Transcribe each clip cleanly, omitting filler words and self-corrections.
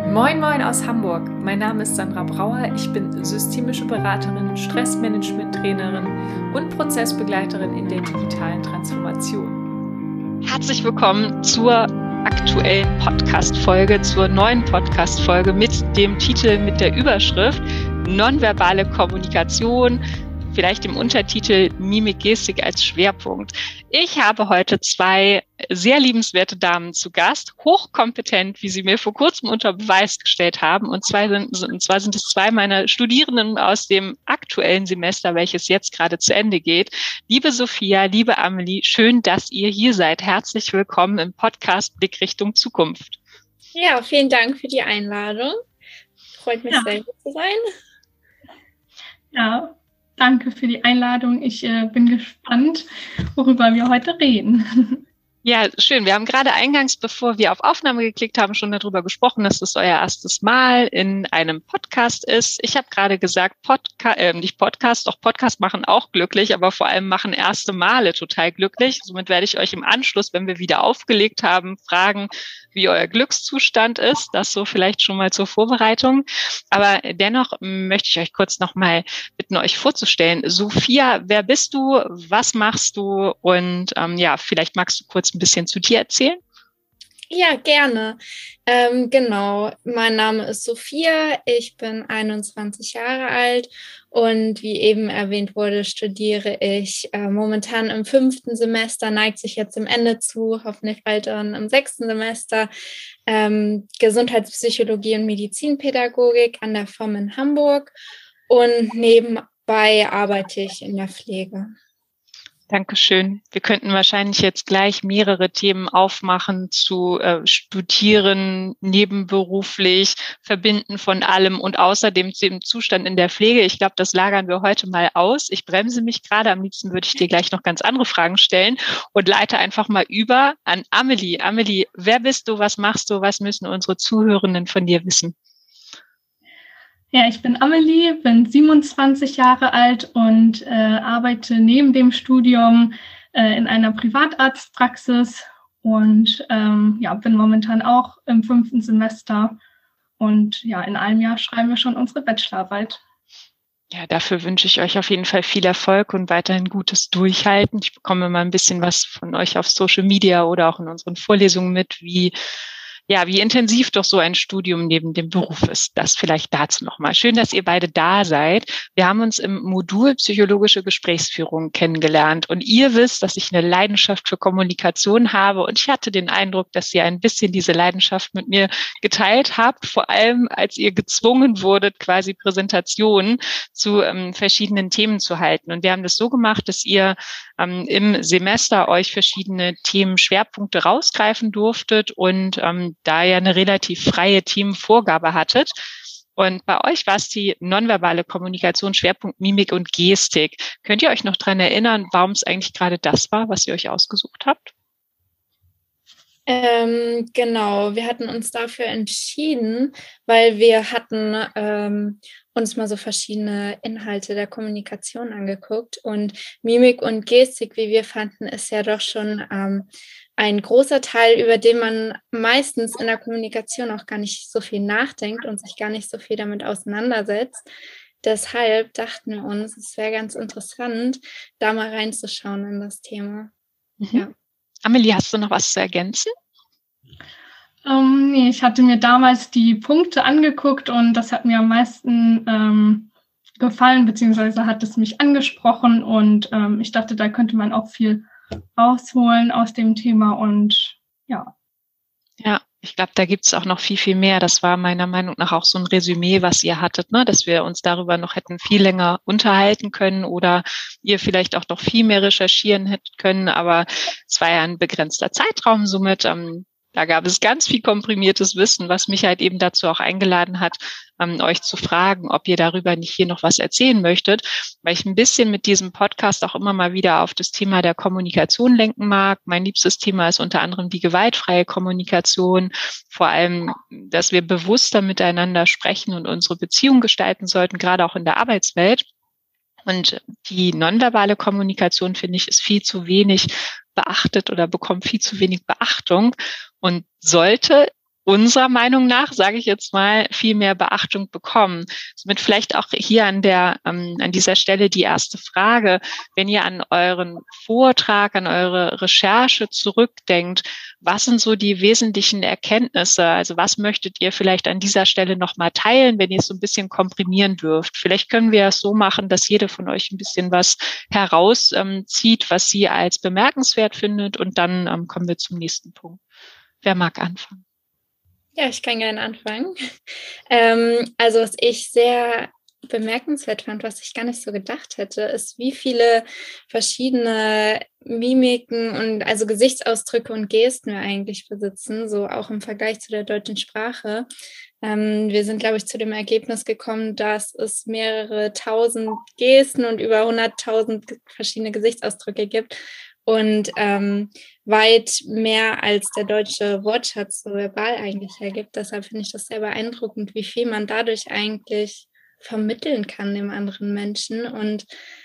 Moin Moin aus Hamburg. Mein Name ist Sandra Brauer. Ich bin systemische Beraterin, Stressmanagement-Trainerin und Prozessbegleiterin in der digitalen Transformation. Herzlich willkommen zur aktuellen Podcast-Folge, zur neuen Podcast-Folge mit dem Titel, mit der Überschrift Nonverbale Kommunikation, vielleicht im Untertitel Mimik, Gestik als Schwerpunkt. Ich habe heute zwei sehr liebenswerte Damen zu Gast, hochkompetent, wie sie mir vor kurzem unter Beweis gestellt haben. Und zwar sind es zwei meiner Studierenden aus dem aktuellen Semester, welches jetzt gerade zu Ende geht. Liebe Sophia, liebe Amelie, schön, dass ihr hier seid. Herzlich willkommen im Podcast Blickrichtung Zukunft. Ja, vielen Dank für die Einladung. Freut mich sehr, hier zu sein. Ja, danke für die Einladung. Ich bin gespannt, worüber wir heute reden. Ja, schön. Wir haben gerade eingangs, bevor wir auf Aufnahme geklickt haben, schon darüber gesprochen, dass das euer erstes Mal in einem Podcast ist. Ich habe gerade gesagt, nicht Podcast, doch Podcast machen auch glücklich, aber vor allem machen erste Male total glücklich. Somit werde ich euch im Anschluss, wenn wir wieder aufgelegt haben, fragen, wie euer Glückszustand ist. Das so vielleicht schon mal zur Vorbereitung. Aber dennoch möchte ich euch kurz nochmal bitten, euch vorzustellen. Sophia, wer bist du? Was machst du? Und vielleicht magst du kurz ein bisschen zu dir erzählen? Ja, gerne. Genau, mein Name ist Sophia, ich bin 21 Jahre alt und wie eben erwähnt wurde, studiere ich momentan im 5. Semester, neigt sich jetzt im Ende zu, hoffentlich bald dann im 6. Semester, Gesundheitspsychologie und Medizinpädagogik an der FOM in Hamburg und nebenbei arbeite ich in der Pflege. Dankeschön. Wir könnten wahrscheinlich jetzt gleich mehrere Themen aufmachen zu Studieren, nebenberuflich, Verbinden von allem und außerdem dem Zustand in der Pflege. Ich glaube, das lagern wir heute mal aus. Ich bremse mich gerade. Am liebsten würde ich dir gleich noch ganz andere Fragen stellen und leite einfach mal über an Amelie. Amelie, wer bist du? Was machst du? Was müssen unsere Zuhörenden von dir wissen? Ja, ich bin Amelie, bin 27 Jahre alt und arbeite neben dem Studium in einer Privatarztpraxis und bin momentan auch im 5. Semester und ja, in einem Jahr schreiben wir schon unsere Bachelorarbeit. Ja, dafür wünsche ich euch auf jeden Fall viel Erfolg und weiterhin gutes Durchhalten. Ich bekomme immer ein bisschen was von euch auf Social Media oder auch in unseren Vorlesungen mit, wie intensiv doch so ein Studium neben dem Beruf ist. Das vielleicht dazu nochmal. Schön, dass ihr beide da seid. Wir haben uns im Modul Psychologische Gesprächsführung kennengelernt und ihr wisst, dass ich eine Leidenschaft für Kommunikation habe und ich hatte den Eindruck, dass ihr ein bisschen diese Leidenschaft mit mir geteilt habt, vor allem als ihr gezwungen wurdet, quasi Präsentationen zu verschiedenen Themen zu halten. Und wir haben das so gemacht, dass ihr im Semester euch verschiedene Themenschwerpunkte rausgreifen durftet und da ihr eine relativ freie Themenvorgabe hattet. Und bei euch war es die nonverbale Kommunikation, Schwerpunkt Mimik und Gestik. Könnt ihr euch noch dran erinnern, warum es eigentlich gerade das war, was ihr euch ausgesucht habt? Genau, wir hatten uns dafür entschieden, weil wir hatten uns mal so verschiedene Inhalte der Kommunikation angeguckt und Mimik und Gestik, wie wir fanden, ist ja doch schon ein großer Teil, über den man meistens in der Kommunikation auch gar nicht so viel nachdenkt und sich gar nicht so viel damit auseinandersetzt. Deshalb dachten wir uns, es wäre ganz interessant, da mal reinzuschauen in das Thema. Ja. Amelie, hast du noch was zu ergänzen? Nee, ich hatte mir damals die Punkte angeguckt und das hat mir am meisten gefallen, beziehungsweise hat es mich angesprochen und ich dachte, da könnte man auch viel rausholen aus dem Thema und ja. Ja, ich glaube, da gibt es auch noch viel, viel mehr. Das war meiner Meinung nach auch so ein Resümee, was ihr hattet, ne? Dass wir uns darüber noch hätten viel länger unterhalten können oder ihr vielleicht auch noch viel mehr recherchieren hättet können. Aber es war ja ein begrenzter Zeitraum. Somit da gab es ganz viel komprimiertes Wissen, was mich halt eben dazu auch eingeladen hat, euch zu fragen, ob ihr darüber nicht hier noch was erzählen möchtet, weil ich ein bisschen mit diesem Podcast auch immer mal wieder auf das Thema der Kommunikation lenken mag. Mein liebstes Thema ist unter anderem die gewaltfreie Kommunikation, vor allem, dass wir bewusster miteinander sprechen und unsere Beziehung gestalten sollten, gerade auch in der Arbeitswelt. Und die nonverbale Kommunikation, finde ich, ist viel zu wenig beachtet oder bekommt viel zu wenig Beachtung und sollte unserer Meinung nach, sage ich jetzt mal, viel mehr Beachtung bekommen. Somit vielleicht auch hier an dieser Stelle die erste Frage. Wenn ihr an euren Vortrag, an eure Recherche zurückdenkt, was sind so die wesentlichen Erkenntnisse? Also was möchtet ihr vielleicht an dieser Stelle nochmal teilen, wenn ihr es so ein bisschen komprimieren dürft? Vielleicht können wir es so machen, dass jede von euch ein bisschen was herauszieht, was sie als bemerkenswert findet, und dann kommen wir zum nächsten Punkt. Wer mag anfangen? Ja, ich kann gerne anfangen. Also was ich sehr bemerkenswert fand, was ich gar nicht so gedacht hätte, ist, wie viele verschiedene Mimiken und also Gesichtsausdrücke und Gesten wir eigentlich besitzen, so auch im Vergleich zu der deutschen Sprache. Wir sind, glaube ich, zu dem Ergebnis gekommen, dass es mehrere tausend Gesten und über 100.000 verschiedene Gesichtsausdrücke gibt. Und weit mehr als der deutsche Wortschatz so verbal eigentlich hergibt. Deshalb finde ich das sehr beeindruckend, wie viel man dadurch eigentlich vermitteln kann dem anderen Menschen. Und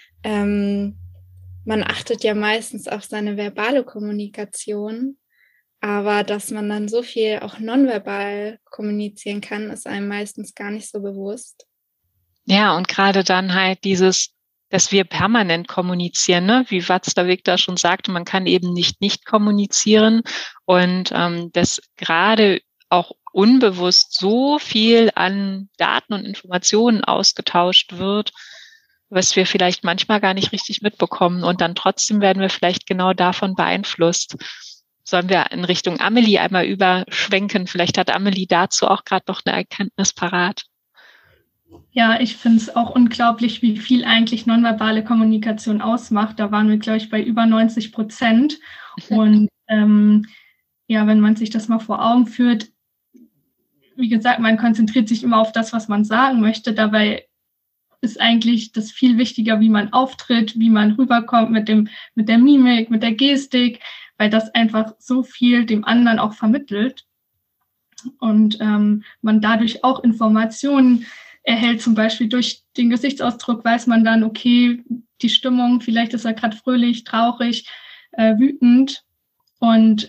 man achtet ja meistens auf seine verbale Kommunikation, aber dass man dann so viel auch nonverbal kommunizieren kann, ist einem meistens gar nicht so bewusst. Ja, und gerade dann halt dass wir permanent kommunizieren, ne? Wie Watzlawick da schon sagte, man kann eben nicht kommunizieren, und dass gerade auch unbewusst so viel an Daten und Informationen ausgetauscht wird, was wir vielleicht manchmal gar nicht richtig mitbekommen, und dann trotzdem werden wir vielleicht genau davon beeinflusst. Sollen wir in Richtung Amelie einmal überschwenken? Vielleicht hat Amelie dazu auch gerade noch eine Erkenntnis parat. Ja, ich finde es auch unglaublich, wie viel eigentlich nonverbale Kommunikation ausmacht. Da waren wir, glaube ich, bei über 90%. Und wenn man sich das mal vor Augen führt, wie gesagt, man konzentriert sich immer auf das, was man sagen möchte. Dabei ist eigentlich das viel wichtiger, wie man auftritt, wie man rüberkommt mit der Mimik, mit der Gestik, weil das einfach so viel dem anderen auch vermittelt. Und man dadurch auch Informationen erhält, zum Beispiel durch den Gesichtsausdruck weiß man dann, okay, die Stimmung, vielleicht ist er gerade fröhlich, traurig, wütend. Und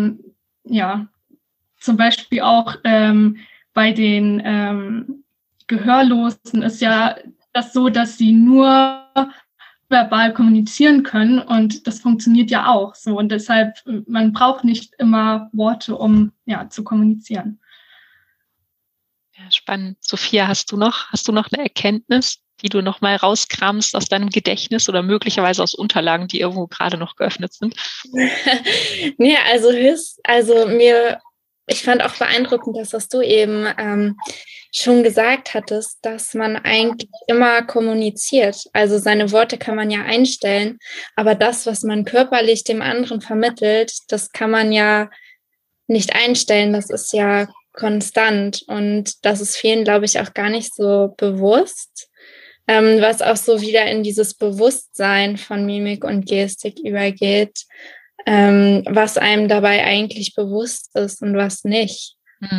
zum Beispiel auch bei den Gehörlosen ist ja das so, dass sie nur verbal kommunizieren können, und das funktioniert ja auch so. Und deshalb, man braucht nicht immer Worte, um zu kommunizieren. Ja, spannend. Sophia, hast du noch eine Erkenntnis, die du noch mal rauskramst aus deinem Gedächtnis oder möglicherweise aus Unterlagen, die irgendwo gerade noch geöffnet sind? Nee, ich fand auch beeindruckend, dass was du eben schon gesagt hattest, dass man eigentlich immer kommuniziert. Also seine Worte kann man ja einstellen, aber das, was man körperlich dem anderen vermittelt, das kann man ja nicht einstellen. Das ist ja konstant, und das ist vielen, glaube ich, auch gar nicht so bewusst, was auch so wieder in dieses Bewusstsein von Mimik und Gestik übergeht, was einem dabei eigentlich bewusst ist und was nicht.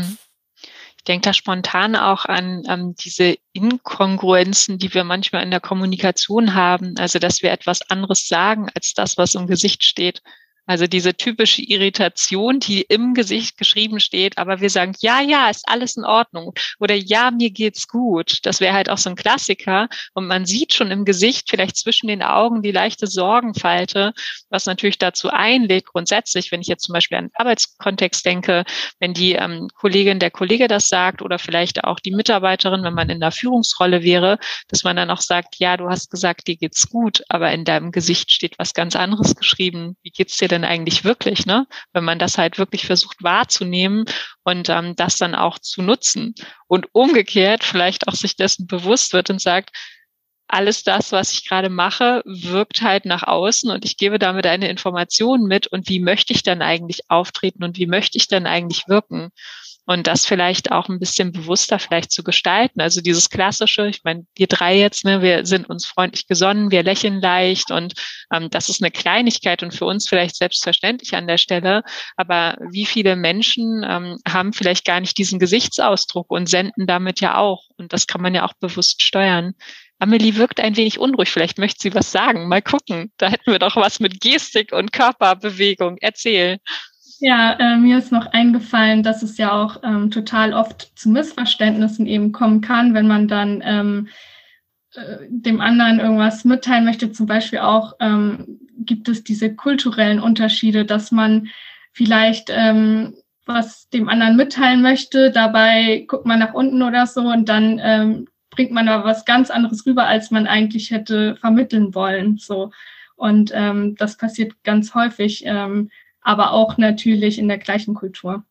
Ich denke da spontan auch an diese Inkongruenzen, die wir manchmal in der Kommunikation haben, also dass wir etwas anderes sagen als das, was im Gesicht steht. Also diese typische Irritation, die im Gesicht geschrieben steht, aber wir sagen, ja, ist alles in Ordnung, oder ja, mir geht's gut. Das wäre halt auch so ein Klassiker, und man sieht schon im Gesicht, vielleicht zwischen den Augen, die leichte Sorgenfalte, was natürlich dazu einlädt, grundsätzlich, wenn ich jetzt zum Beispiel an den Arbeitskontext denke, wenn die Kollegin, der Kollege das sagt, oder vielleicht auch die Mitarbeiterin, wenn man in der Führungsrolle wäre, dass man dann auch sagt, ja, du hast gesagt, dir geht's gut, aber in deinem Gesicht steht was ganz anderes geschrieben. Wie geht's dir denn eigentlich wirklich, ne? Wenn man das halt wirklich versucht wahrzunehmen und das dann auch zu nutzen, und umgekehrt vielleicht auch sich dessen bewusst wird und sagt, alles das, was ich gerade mache, wirkt halt nach außen, und ich gebe damit eine Information mit, und wie möchte ich dann eigentlich auftreten und wie möchte ich dann eigentlich wirken? Und das vielleicht auch ein bisschen bewusster vielleicht zu gestalten. Also dieses klassische, ich meine, wir drei jetzt, ne, wir sind uns freundlich gesonnen, wir lächeln leicht, und das ist eine Kleinigkeit und für uns vielleicht selbstverständlich an der Stelle. Aber wie viele Menschen haben vielleicht gar nicht diesen Gesichtsausdruck und senden damit ja auch. Und das kann man ja auch bewusst steuern. Amelie wirkt ein wenig unruhig. Vielleicht möchte sie was sagen. Mal gucken. Da hätten wir doch was mit Gestik und Körperbewegung. Erzähl. Ja, mir ist noch eingefallen, dass es ja auch total oft zu Missverständnissen eben kommen kann, wenn man dann dem anderen irgendwas mitteilen möchte. Zum Beispiel auch gibt es diese kulturellen Unterschiede, dass man vielleicht was dem anderen mitteilen möchte, dabei guckt man nach unten oder so und dann bringt man aber was ganz anderes rüber, als man eigentlich hätte vermitteln wollen. So. Und das passiert ganz häufig, aber auch natürlich in der gleichen Kultur.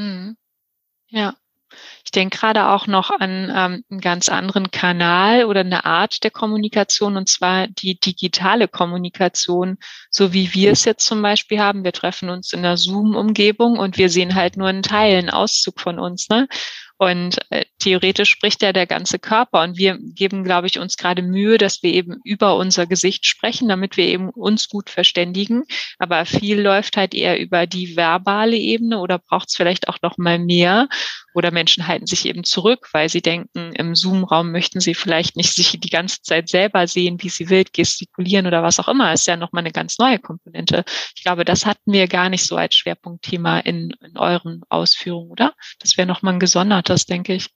Ja. Ich denke gerade auch noch an einen ganz anderen Kanal oder eine Art der Kommunikation, und zwar die digitale Kommunikation, so wie wir es jetzt zum Beispiel haben. Wir treffen uns in einer Zoom-Umgebung und wir sehen halt nur einen Teil, einen Auszug von uns, ne? Und theoretisch spricht ja der ganze Körper, und wir geben, glaube ich, uns gerade Mühe, dass wir eben über unser Gesicht sprechen, damit wir eben uns gut verständigen. Aber viel läuft halt eher über die verbale Ebene, oder braucht es vielleicht auch noch mal mehr? Oder Menschen halten sich eben zurück, weil sie denken, im Zoom-Raum möchten sie vielleicht nicht sich die ganze Zeit selber sehen, wie sie wild gestikulieren oder was auch immer. Ist ja nochmal eine ganz neue Komponente. Ich glaube, das hatten wir gar nicht so als Schwerpunktthema in euren Ausführungen, oder? Das wäre nochmal ein gesondertes, denke ich.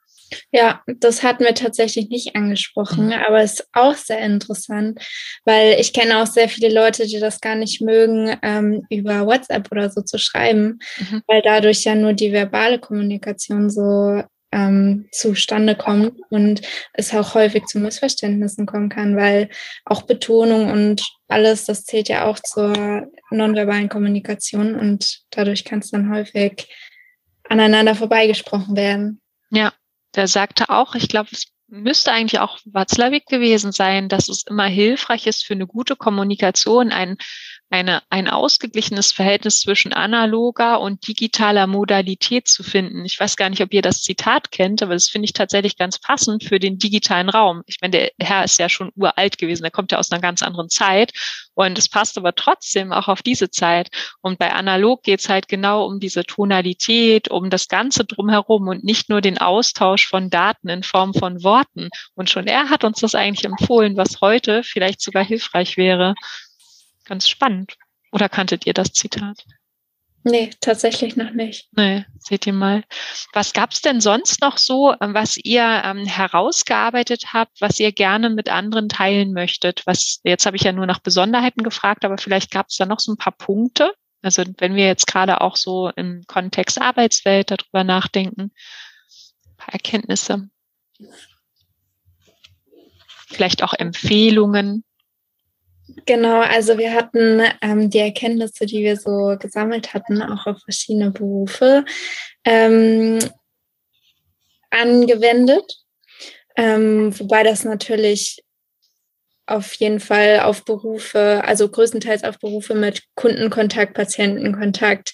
Ja, das hatten wir tatsächlich nicht angesprochen, aber es ist auch sehr interessant, weil ich kenne auch sehr viele Leute, die das gar nicht mögen, über WhatsApp oder so zu schreiben, weil dadurch ja nur die verbale Kommunikation so zustande kommt und es auch häufig zu Missverständnissen kommen kann, weil auch Betonung und alles, das zählt ja auch zur nonverbalen Kommunikation und dadurch kann es dann häufig aneinander vorbeigesprochen werden. Ja. Der sagte auch, ich glaube, es müsste eigentlich auch Watzlawick gewesen sein, dass es immer hilfreich ist für eine gute Kommunikation, ein ausgeglichenes Verhältnis zwischen analoger und digitaler Modalität zu finden. Ich weiß gar nicht, ob ihr das Zitat kennt, aber das finde ich tatsächlich ganz passend für den digitalen Raum. Ich meine, der Herr ist ja schon uralt gewesen, der kommt ja aus einer ganz anderen Zeit, und es passt aber trotzdem auch auf diese Zeit. Und bei analog geht es halt genau um diese Tonalität, um das Ganze drumherum und nicht nur den Austausch von Daten in Form von Worten. Und schon er hat uns das eigentlich empfohlen, was heute vielleicht sogar hilfreich wäre. Ganz spannend. Oder kanntet ihr das Zitat? Nee, tatsächlich noch nicht. Nee, seht ihr mal. Was gab's denn sonst noch so, was ihr herausgearbeitet habt, was ihr gerne mit anderen teilen möchtet? Jetzt habe ich ja nur nach Besonderheiten gefragt, aber vielleicht gab's da noch so ein paar Punkte. Also wenn wir jetzt gerade auch so im Kontext Arbeitswelt darüber nachdenken, ein paar Erkenntnisse. Vielleicht auch Empfehlungen. Genau, also wir hatten die Erkenntnisse, die wir so gesammelt hatten, auch auf verschiedene Berufe angewendet, wobei das natürlich auf jeden Fall auf Berufe, also größtenteils auf Berufe mit Kundenkontakt, Patientenkontakt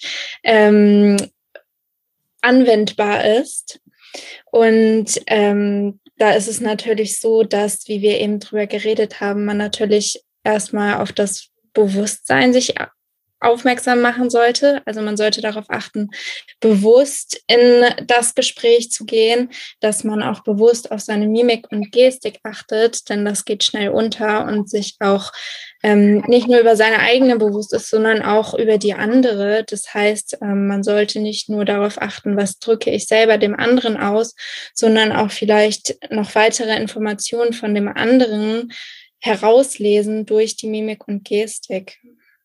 anwendbar ist. Und da ist es natürlich so, dass, wie wir eben drüber geredet haben, man natürlich erstmal auf das Bewusstsein sich aufmerksam machen sollte. Also man sollte darauf achten, bewusst in das Gespräch zu gehen, dass man auch bewusst auf seine Mimik und Gestik achtet, denn das geht schnell unter und sich auch nicht nur über seine eigene bewusst ist, sondern auch über die andere. Das heißt, man sollte nicht nur darauf achten, was drücke ich selber dem anderen aus, sondern auch vielleicht noch weitere Informationen von dem anderen herauslesen durch die Mimik und Gestik.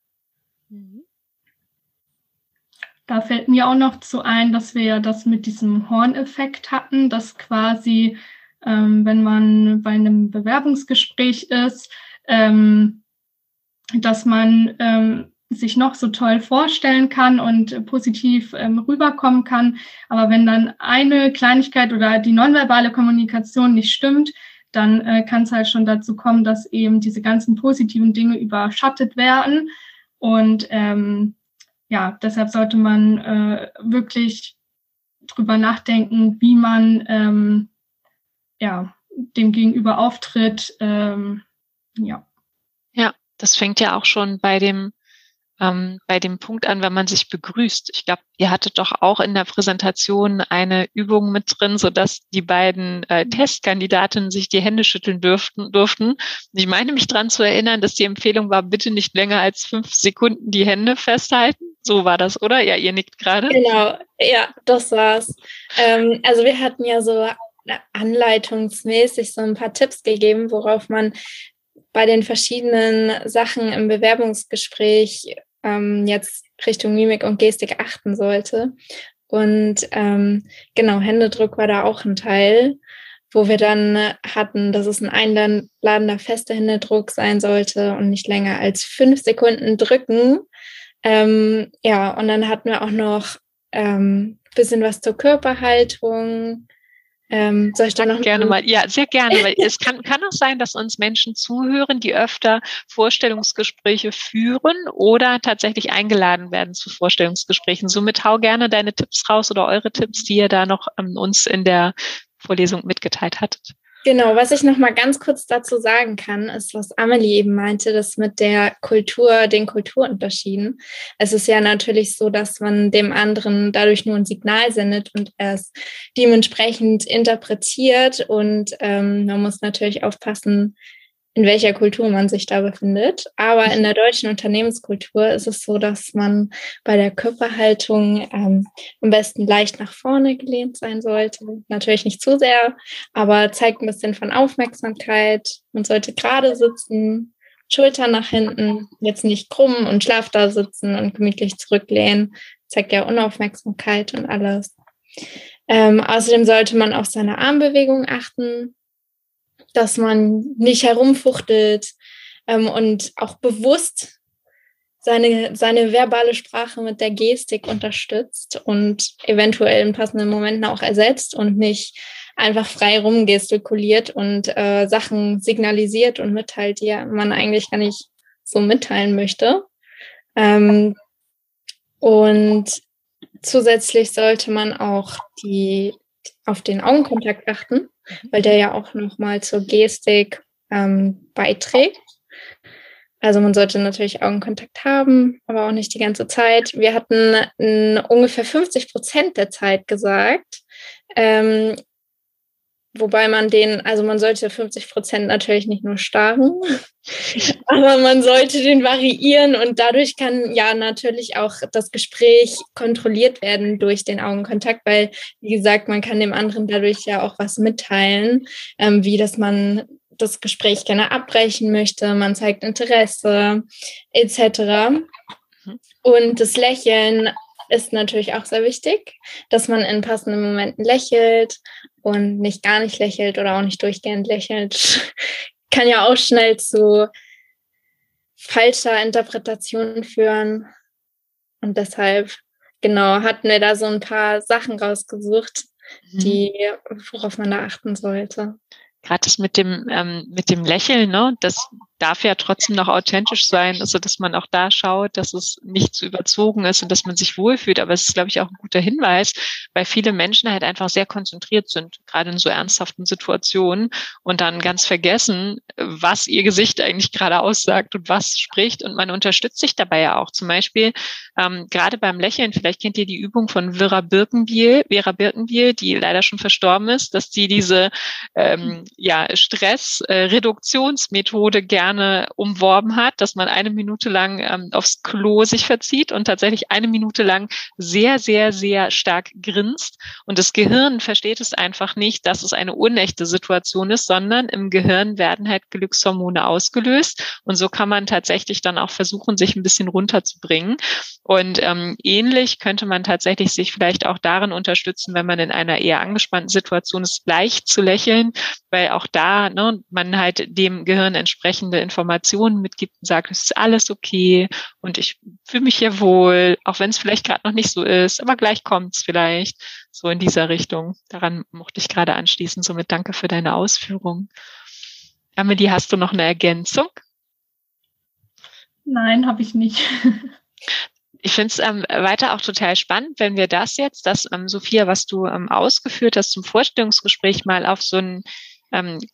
Da fällt mir auch noch zu ein, dass wir ja das mit diesem Horn-Effekt hatten, dass quasi, wenn man bei einem Bewerbungsgespräch ist, dass man sich noch so toll vorstellen kann und positiv rüberkommen kann. Aber wenn dann eine Kleinigkeit oder die nonverbale Kommunikation nicht stimmt, dann kann es halt schon dazu kommen, dass eben diese ganzen positiven Dinge überschattet werden. Und deshalb sollte man wirklich drüber nachdenken, wie man dem Gegenüber auftritt. Ja, das fängt ja auch schon bei dem bei dem Punkt an, wenn man sich begrüßt. Ich glaube, ihr hattet doch auch in der Präsentation eine Übung mit drin, sodass die beiden Testkandidatinnen sich die Hände schütteln durften. Ich meine mich daran zu erinnern, dass die Empfehlung war, bitte nicht länger als 5 Sekunden die Hände festhalten. So war das, oder? Ja, ihr nickt gerade. Genau, ja, das war's. Also wir hatten ja so anleitungsmäßig so ein paar Tipps gegeben, worauf man bei den verschiedenen Sachen im Bewerbungsgespräch jetzt Richtung Mimik und Gestik achten sollte. Und genau, Händedruck war da auch ein Teil, wo wir dann hatten, dass es ein einladender, fester Händedruck sein sollte und nicht länger als 5 Sekunden drücken. Ja, und dann hatten wir auch noch bisschen was zur Körperhaltung. Soll ich da noch gerne mal? Ja, sehr gerne, weil es kann auch sein, dass uns Menschen zuhören, die öfter Vorstellungsgespräche führen oder tatsächlich eingeladen werden zu Vorstellungsgesprächen. Somit hau gerne deine Tipps raus oder eure Tipps, die ihr da noch uns in der Vorlesung mitgeteilt hattet. Genau, was ich noch mal ganz kurz dazu sagen kann, ist, was Amelie eben meinte, das mit der Kultur, den Kulturunterschieden. Es ist ja natürlich so, dass man dem anderen dadurch nur ein Signal sendet und es dementsprechend interpretiert und man muss natürlich aufpassen, in welcher Kultur man sich da befindet. Aber in der deutschen Unternehmenskultur ist es so, dass man bei der Körperhaltung am besten leicht nach vorne gelehnt sein sollte. Natürlich nicht zu sehr, aber zeigt ein bisschen von Aufmerksamkeit. Man sollte gerade sitzen, Schultern nach hinten, jetzt nicht krumm und schlaff da sitzen und gemütlich zurücklehnen. Zeigt ja Unaufmerksamkeit und alles. Außerdem sollte man auf seine Armbewegung achten, dass man nicht herumfuchtelt und auch bewusst seine verbale Sprache mit der Gestik unterstützt und eventuell in passenden Momenten auch ersetzt und nicht einfach frei rumgestikuliert und Sachen signalisiert und mitteilt, die man eigentlich gar nicht so mitteilen möchte. Und zusätzlich sollte man auch auf den Augenkontakt achten, weil der ja auch nochmal zur Gestik beiträgt. Also man sollte natürlich Augenkontakt haben, aber auch nicht die ganze Zeit. Wir hatten ungefähr 50% der Zeit gesagt, wobei man sollte 50% natürlich nicht nur starren, aber man sollte den variieren und dadurch kann ja natürlich auch das Gespräch kontrolliert werden durch den Augenkontakt, weil, wie gesagt, man kann dem anderen dadurch ja auch was mitteilen, wie dass man das Gespräch gerne abbrechen möchte, man zeigt Interesse etc. Und das Lächeln ist natürlich auch sehr wichtig, dass man in passenden Momenten lächelt und nicht gar nicht lächelt oder auch nicht durchgehend lächelt. Kann ja auch schnell zu falscher Interpretation führen. Und deshalb, genau, hatten wir da so ein paar Sachen rausgesucht, worauf man da achten sollte. Gerade das mit dem Lächeln, ne, das darf ja trotzdem noch authentisch sein, also dass man auch da schaut, dass es nicht zu überzogen ist und dass man sich wohlfühlt. Aber es ist, glaube ich, auch ein guter Hinweis, weil viele Menschen halt einfach sehr konzentriert sind, gerade in so ernsthaften Situationen und dann ganz vergessen, was ihr Gesicht eigentlich gerade aussagt und was spricht. Und man unterstützt sich dabei ja auch. Zum Beispiel gerade beim Lächeln, vielleicht kennt ihr die Übung von Vera Birkenbiel, die leider schon verstorben ist, dass die diese Stressreduktionsmethode gerne umworben hat, dass man 1 Minute lang aufs Klo sich verzieht und tatsächlich 1 Minute lang sehr, sehr, sehr stark grinst. Und das Gehirn versteht es einfach nicht, dass es eine unechte Situation ist, sondern im Gehirn werden halt Glückshormone ausgelöst. Und so kann man tatsächlich dann auch versuchen, sich ein bisschen runterzubringen. Und ähnlich könnte man tatsächlich sich vielleicht auch darin unterstützen, wenn man in einer eher angespannten Situation ist, leicht zu lächeln, weil auch da man halt dem Gehirn entsprechende Informationen mitgibt und sagt, es ist alles okay und ich fühle mich hier wohl, auch wenn es vielleicht gerade noch nicht so ist, aber gleich kommt es vielleicht, so in dieser Richtung. Daran mochte ich gerade anschließen, somit danke für deine Ausführung. Amelie, hast du noch eine Ergänzung? Nein, habe ich nicht. Ich finde es weiter auch total spannend, wenn wir das Sophia, was du ausgeführt hast zum Vorstellungsgespräch, mal auf so einen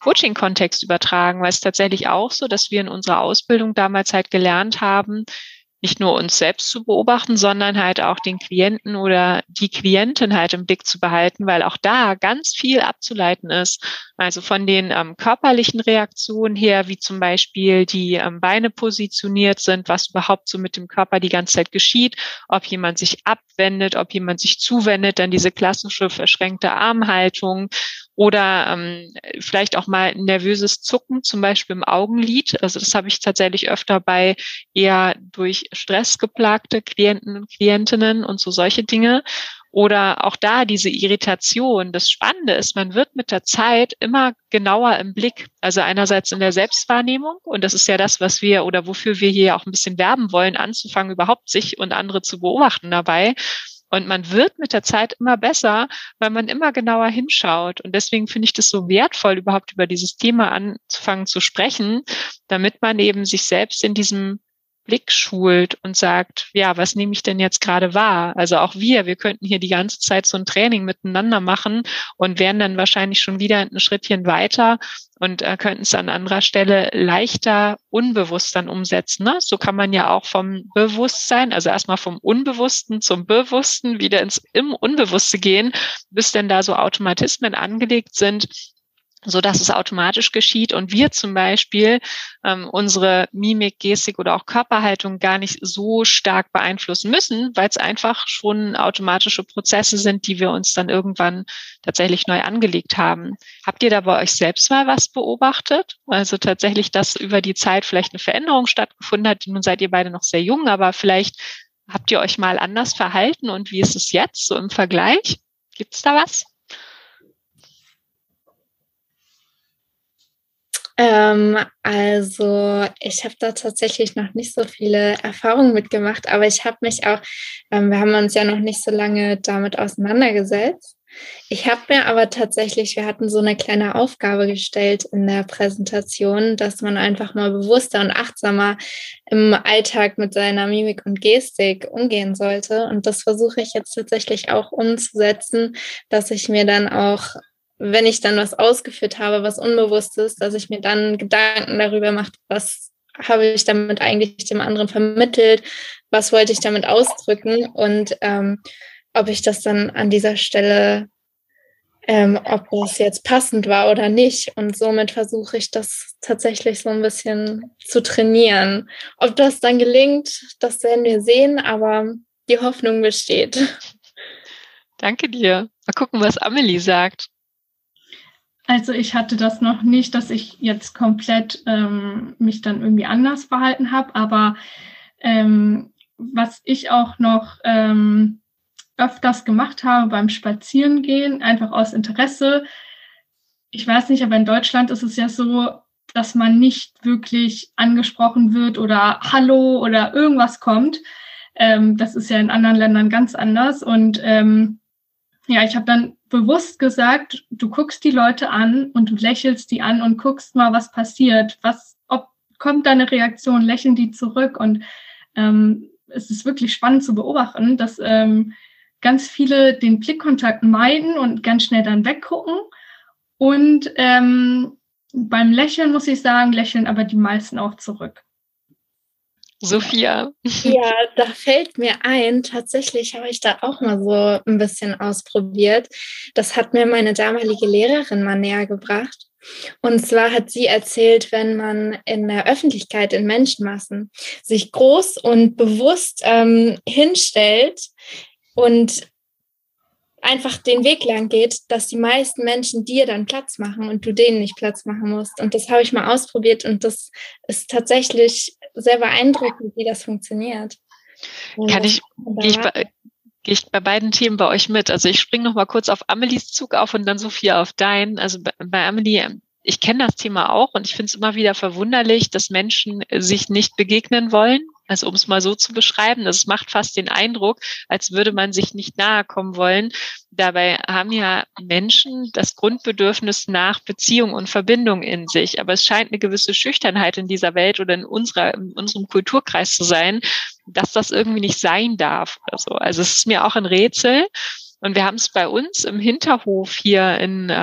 Coaching-Kontext übertragen, weil es tatsächlich auch so, dass wir in unserer Ausbildung damals halt gelernt haben, nicht nur uns selbst zu beobachten, sondern halt auch den Klienten oder die Klientin halt im Blick zu behalten, weil auch da ganz viel abzuleiten ist. Also von den körperlichen Reaktionen her, wie zum Beispiel die Beine positioniert sind, was überhaupt so mit dem Körper die ganze Zeit geschieht, ob jemand sich abwendet, ob jemand sich zuwendet, dann diese klassische verschränkte Armhaltung oder vielleicht auch mal nervöses Zucken, zum Beispiel im Augenlid. Also das habe ich tatsächlich öfter bei eher durch Stress geplagte Klienten und Klientinnen und so solche Dinge. Oder auch da diese Irritation. Das Spannende ist, man wird mit der Zeit immer genauer im Blick. Also einerseits in der Selbstwahrnehmung. Und das ist ja das, was wir oder wofür wir hier auch ein bisschen werben wollen, anzufangen, überhaupt sich und andere zu beobachten dabei. Und man wird mit der Zeit immer besser, weil man immer genauer hinschaut. Und deswegen finde ich das so wertvoll, überhaupt über dieses Thema anzufangen zu sprechen, damit man eben sich selbst in diesem Blick schult und sagt, ja, was nehme ich denn jetzt gerade wahr? Also auch wir könnten hier die ganze Zeit so ein Training miteinander machen und wären dann wahrscheinlich schon wieder ein Schrittchen weiter und könnten es an anderer Stelle leichter unbewusst dann umsetzen. Ne? So kann man ja auch vom Bewusstsein, also erstmal vom Unbewussten zum Bewussten wieder im Unbewusste gehen, bis denn da so Automatismen angelegt sind, so dass es automatisch geschieht und wir zum Beispiel unsere Mimik, Gestik oder auch Körperhaltung gar nicht so stark beeinflussen müssen, weil es einfach schon automatische Prozesse sind, die wir uns dann irgendwann tatsächlich neu angelegt haben. Habt ihr da bei euch selbst mal was beobachtet? Also tatsächlich, dass über die Zeit vielleicht eine Veränderung stattgefunden hat. Nun seid ihr beide noch sehr jung, aber vielleicht habt ihr euch mal anders verhalten und wie ist es jetzt so im Vergleich? Gibt's da was? Also ich habe da tatsächlich noch nicht so viele Erfahrungen mitgemacht, aber ich habe mich auch, wir haben uns ja noch nicht so lange damit auseinandergesetzt. Ich habe mir aber tatsächlich, wir hatten so eine kleine Aufgabe gestellt in der Präsentation, dass man einfach mal bewusster und achtsamer im Alltag mit seiner Mimik und Gestik umgehen sollte. Und das versuche ich jetzt tatsächlich auch umzusetzen, dass ich mir dann auch, wenn ich dann was ausgeführt habe, was unbewusst ist, dass ich mir dann Gedanken darüber mache, was habe ich damit eigentlich dem anderen vermittelt, was wollte ich damit ausdrücken und ob ich das dann an dieser Stelle, ob das jetzt passend war oder nicht. Und somit versuche ich das tatsächlich so ein bisschen zu trainieren. Ob das dann gelingt, das werden wir sehen, aber die Hoffnung besteht. Danke dir. Mal gucken, was Amelie sagt. Also ich hatte das noch nicht, dass ich jetzt komplett mich dann irgendwie anders verhalten habe, aber was ich auch noch öfters gemacht habe beim Spazierengehen, einfach aus Interesse. Ich weiß nicht, aber in Deutschland ist es ja so, dass man nicht wirklich angesprochen wird oder Hallo oder irgendwas kommt. Das ist ja in anderen Ländern ganz anders und ja, ich habe dann bewusst gesagt, du guckst die Leute an und du lächelst die an und guckst mal, was passiert. Ob kommt deine Reaktion, lächeln die zurück? Und es ist wirklich spannend zu beobachten, dass ganz viele den Blickkontakt meiden und ganz schnell dann weggucken. Und beim Lächeln, muss ich sagen, lächeln aber die meisten auch zurück. Sophia. Ja, da fällt mir ein, tatsächlich habe ich da auch mal so ein bisschen ausprobiert. Das hat mir meine damalige Lehrerin mal näher gebracht. Und zwar hat sie erzählt, wenn man in der Öffentlichkeit in Menschenmassen sich groß und bewusst hinstellt und einfach den Weg lang geht, dass die meisten Menschen dir dann Platz machen und du denen nicht Platz machen musst. Und das habe ich mal ausprobiert und das ist tatsächlich sehr beeindruckend, wie das funktioniert. Gehe ich bei beiden Themen bei euch mit. Also ich springe noch mal kurz auf Amelies Zug auf und dann Sophia auf deinen. Also bei Amelie, ich kenne das Thema auch und ich finde es immer wieder verwunderlich, dass Menschen sich nicht begegnen wollen. Also um es mal so zu beschreiben, das macht fast den Eindruck, als würde man sich nicht nahe kommen wollen. Dabei haben ja Menschen das Grundbedürfnis nach Beziehung und Verbindung in sich. Aber es scheint eine gewisse Schüchternheit in dieser Welt oder in unserem Kulturkreis zu sein, dass das irgendwie nicht sein darf oder so. Also es ist mir auch ein Rätsel. Und wir haben es bei uns im Hinterhof hier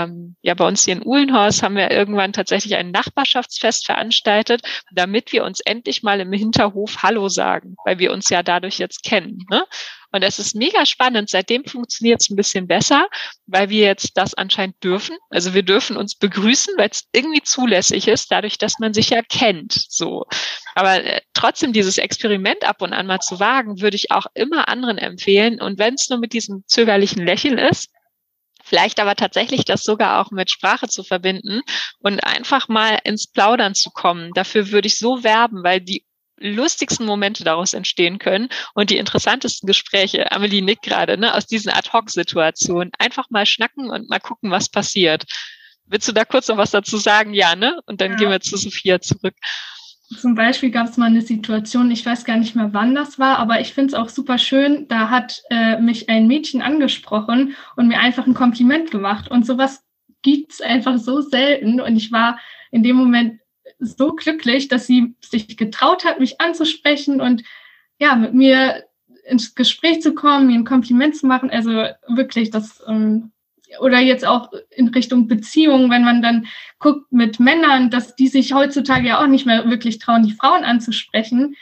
bei uns hier in Uhlenhorst haben wir irgendwann tatsächlich ein Nachbarschaftsfest veranstaltet, damit wir uns endlich mal im Hinterhof Hallo sagen, weil wir uns ja dadurch jetzt kennen, ne? Und das ist mega spannend. Seitdem funktioniert es ein bisschen besser, weil wir jetzt das anscheinend dürfen. Also wir dürfen uns begrüßen, weil es irgendwie zulässig ist, dadurch, dass man sich ja kennt. So. Aber trotzdem dieses Experiment ab und an mal zu wagen, würde ich auch immer anderen empfehlen. Und wenn es nur mit diesem zögerlichen Lächeln ist, vielleicht aber tatsächlich das sogar auch mit Sprache zu verbinden und einfach mal ins Plaudern zu kommen. Dafür würde ich so werben, weil die lustigsten Momente daraus entstehen können und die interessantesten Gespräche, Amelie nickt gerade, ne, aus diesen Ad-Hoc-Situationen. Einfach mal schnacken und mal gucken, was passiert. Willst du da kurz noch was dazu sagen? Ja, ne? Und dann gehen wir zu Sophia zurück. Zum Beispiel gab es mal eine Situation, ich weiß gar nicht mehr, wann das war, aber ich finde es auch super schön, da hat mich ein Mädchen angesprochen und mir einfach ein Kompliment gemacht. Und sowas gibt's einfach so selten. Und ich war in dem Moment so glücklich, dass sie sich getraut hat, mich anzusprechen und ja, mit mir ins Gespräch zu kommen, mir ein Kompliment zu machen. Also wirklich, das oder jetzt auch in Richtung Beziehungen, wenn man dann guckt mit Männern, dass die sich heutzutage ja auch nicht mehr wirklich trauen, die Frauen anzusprechen.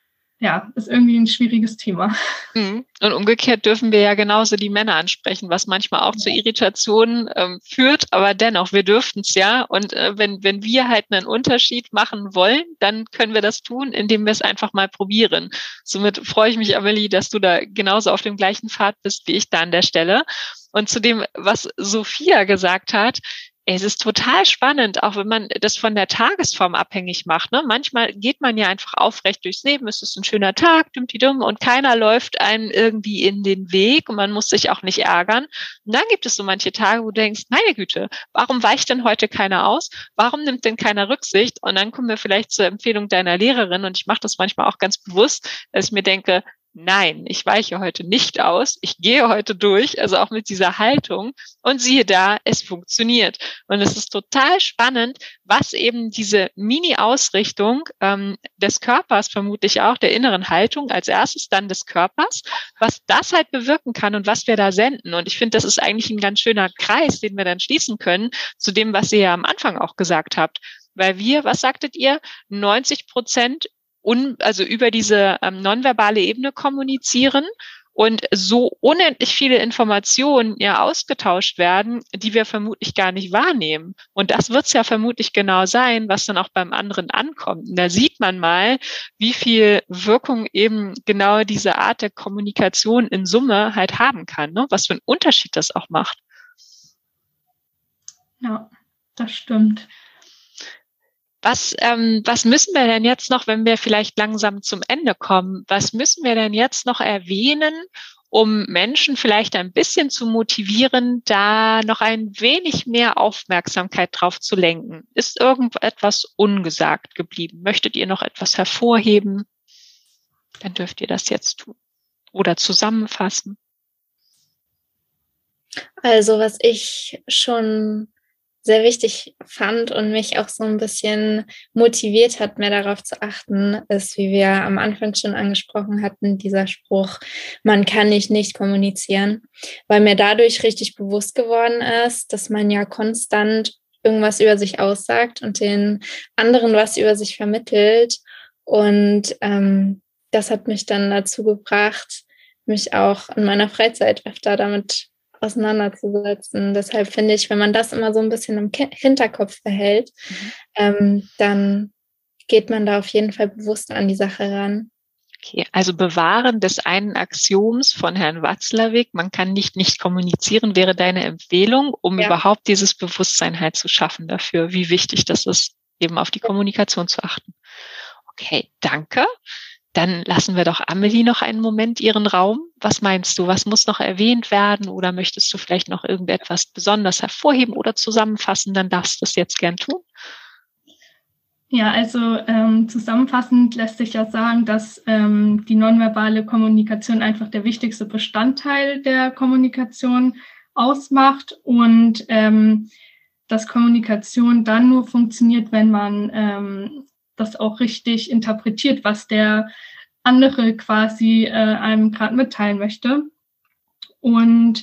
Ja, ist irgendwie ein schwieriges Thema. Und umgekehrt dürfen wir ja genauso die Männer ansprechen, was manchmal auch zu Irritationen führt, aber dennoch, wir dürften es ja. Und wenn wir halt einen Unterschied machen wollen, dann können wir das tun, indem wir es einfach mal probieren. Somit freue ich mich, Amelie, dass du da genauso auf dem gleichen Pfad bist wie ich da an der Stelle. Und zu dem, was Sophia gesagt hat, es ist total spannend, auch wenn man das von der Tagesform abhängig macht. Ne? Manchmal geht man ja einfach aufrecht durchs Leben, es ist ein schöner Tag, dumm, und keiner läuft einem irgendwie in den Weg und man muss sich auch nicht ärgern. Und dann gibt es so manche Tage, wo du denkst, meine Güte, warum weicht denn heute keiner aus? Warum nimmt denn keiner Rücksicht? Und dann kommen wir vielleicht zur Empfehlung deiner Lehrerin und ich mache das manchmal auch ganz bewusst, dass ich mir denke, nein, ich weiche heute nicht aus, ich gehe heute durch, also auch mit dieser Haltung und siehe da, es funktioniert. Und es ist total spannend, was eben diese Mini-Ausrichtung des Körpers, vermutlich auch der inneren Haltung, als erstes dann des Körpers, was das halt bewirken kann und was wir da senden. Und ich finde, das ist eigentlich ein ganz schöner Kreis, den wir dann schließen können zu dem, was ihr ja am Anfang auch gesagt habt. Weil wir, was sagtet ihr, 90% also über diese nonverbale Ebene kommunizieren und so unendlich viele Informationen ja ausgetauscht werden, die wir vermutlich gar nicht wahrnehmen. Und das wird es ja vermutlich genau sein, was dann auch beim anderen ankommt. Und da sieht man mal, wie viel Wirkung eben genau diese Art der Kommunikation in Summe halt haben kann, ne? Was für einen Unterschied das auch macht. Ja, das stimmt. Was müssen wir denn jetzt noch, wenn wir vielleicht langsam zum Ende kommen, was müssen wir denn jetzt noch erwähnen, um Menschen vielleicht ein bisschen zu motivieren, da noch ein wenig mehr Aufmerksamkeit drauf zu lenken? Ist irgendetwas ungesagt geblieben? Möchtet ihr noch etwas hervorheben? Dann dürft ihr das jetzt tun. Oder zusammenfassen. Also was ich schon sehr wichtig fand und mich auch so ein bisschen motiviert hat, mehr darauf zu achten, ist, wie wir am Anfang schon angesprochen hatten, dieser Spruch, man kann nicht kommunizieren, weil mir dadurch richtig bewusst geworden ist, dass man ja konstant irgendwas über sich aussagt und den anderen was über sich vermittelt. Und das hat mich dann dazu gebracht, mich auch in meiner Freizeit öfter damit auseinanderzusetzen. Deshalb finde ich, wenn man das immer so ein bisschen im Hinterkopf behält, dann geht man da auf jeden Fall bewusst an die Sache ran. Okay, also Bewahren des einen Axioms von Herrn Watzlawick, man kann nicht kommunizieren, wäre deine Empfehlung, um überhaupt dieses Bewusstsein halt zu schaffen dafür, wie wichtig das ist, eben auf die Kommunikation zu achten. Okay, danke. Dann lassen wir doch Amelie noch einen Moment ihren Raum. Was meinst du? Was muss noch erwähnt werden? Oder möchtest du vielleicht noch irgendetwas besonders hervorheben oder zusammenfassen? Dann darfst du das jetzt gern tun. Ja, also zusammenfassend lässt sich ja sagen, dass die nonverbale Kommunikation einfach der wichtigste Bestandteil der Kommunikation ausmacht und dass Kommunikation dann nur funktioniert, wenn man das auch richtig interpretiert, was der andere quasi einem gerade mitteilen möchte. Und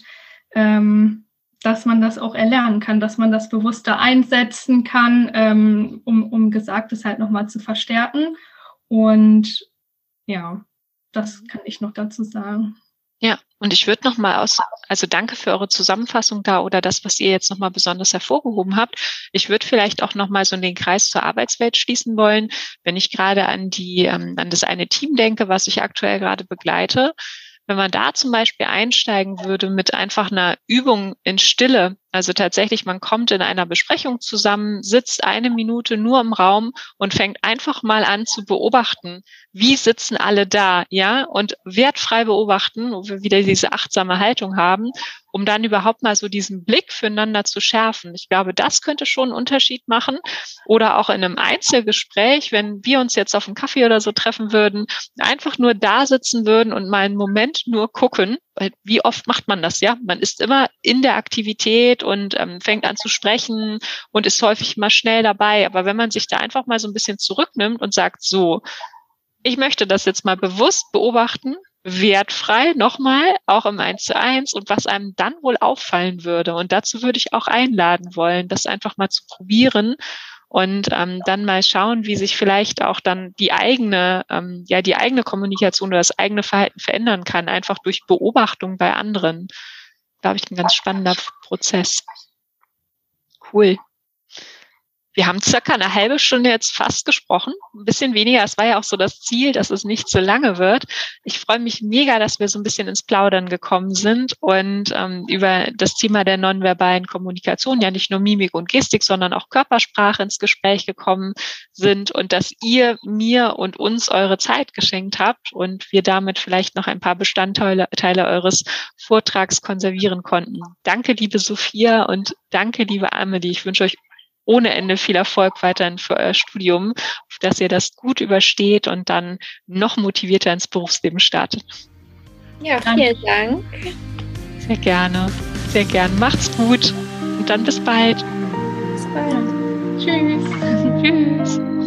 dass man das auch erlernen kann, dass man das bewusster einsetzen kann, um Gesagtes halt nochmal zu verstärken. Und ja, das kann ich noch dazu sagen. Ja, und ich würde nochmal also danke für eure Zusammenfassung da oder das, was ihr jetzt nochmal besonders hervorgehoben habt. Ich würde vielleicht auch nochmal so den Kreis zur Arbeitswelt schließen wollen, wenn ich gerade an das eine Team denke, was ich aktuell gerade begleite. Wenn man da zum Beispiel einsteigen würde mit einfach einer Übung in Stille, also tatsächlich, man kommt in einer Besprechung zusammen, sitzt 1 Minute nur im Raum und fängt einfach mal an zu beobachten, wie sitzen alle da, ja, und wertfrei beobachten, wo wir wieder diese achtsame Haltung haben, um dann überhaupt mal so diesen Blick füreinander zu schärfen. Ich glaube, das könnte schon einen Unterschied machen. Oder auch in einem Einzelgespräch, wenn wir uns jetzt auf einen Kaffee oder so treffen würden, einfach nur da sitzen würden und mal einen Moment nur gucken, weil wie oft macht man das, ja? Man ist immer in der Aktivität und fängt an zu sprechen und ist häufig mal schnell dabei. Aber wenn man sich da einfach mal so ein bisschen zurücknimmt und sagt, so, ich möchte das jetzt mal bewusst beobachten, wertfrei nochmal, auch im 1:1 und was einem dann wohl auffallen würde. Und dazu würde ich auch einladen wollen, das einfach mal zu probieren und dann mal schauen, wie sich vielleicht auch dann die eigene Kommunikation oder das eigene Verhalten verändern kann, einfach durch Beobachtung bei anderen. Glaube ich, ein ganz spannender Prozess. Cool. Wir haben circa eine halbe Stunde jetzt fast gesprochen, ein bisschen weniger. Es war ja auch so das Ziel, dass es nicht so lange wird. Ich freue mich mega, dass wir so ein bisschen ins Plaudern gekommen sind und über das Thema der nonverbalen Kommunikation, ja nicht nur Mimik und Gestik, sondern auch Körpersprache ins Gespräch gekommen sind und dass ihr mir und uns eure Zeit geschenkt habt und wir damit vielleicht noch ein paar Bestandteile eures Vortrags konservieren konnten. Danke, liebe Sophia, und danke, liebe Amelie. Ich wünsche euch ohne Ende viel Erfolg weiterhin für euer Studium, dass ihr das gut übersteht und dann noch motivierter ins Berufsleben startet. Ja, vielen Dank. Sehr gerne, sehr gerne. Macht's gut und dann bis bald. Bis bald. Tschüss. Tschüss.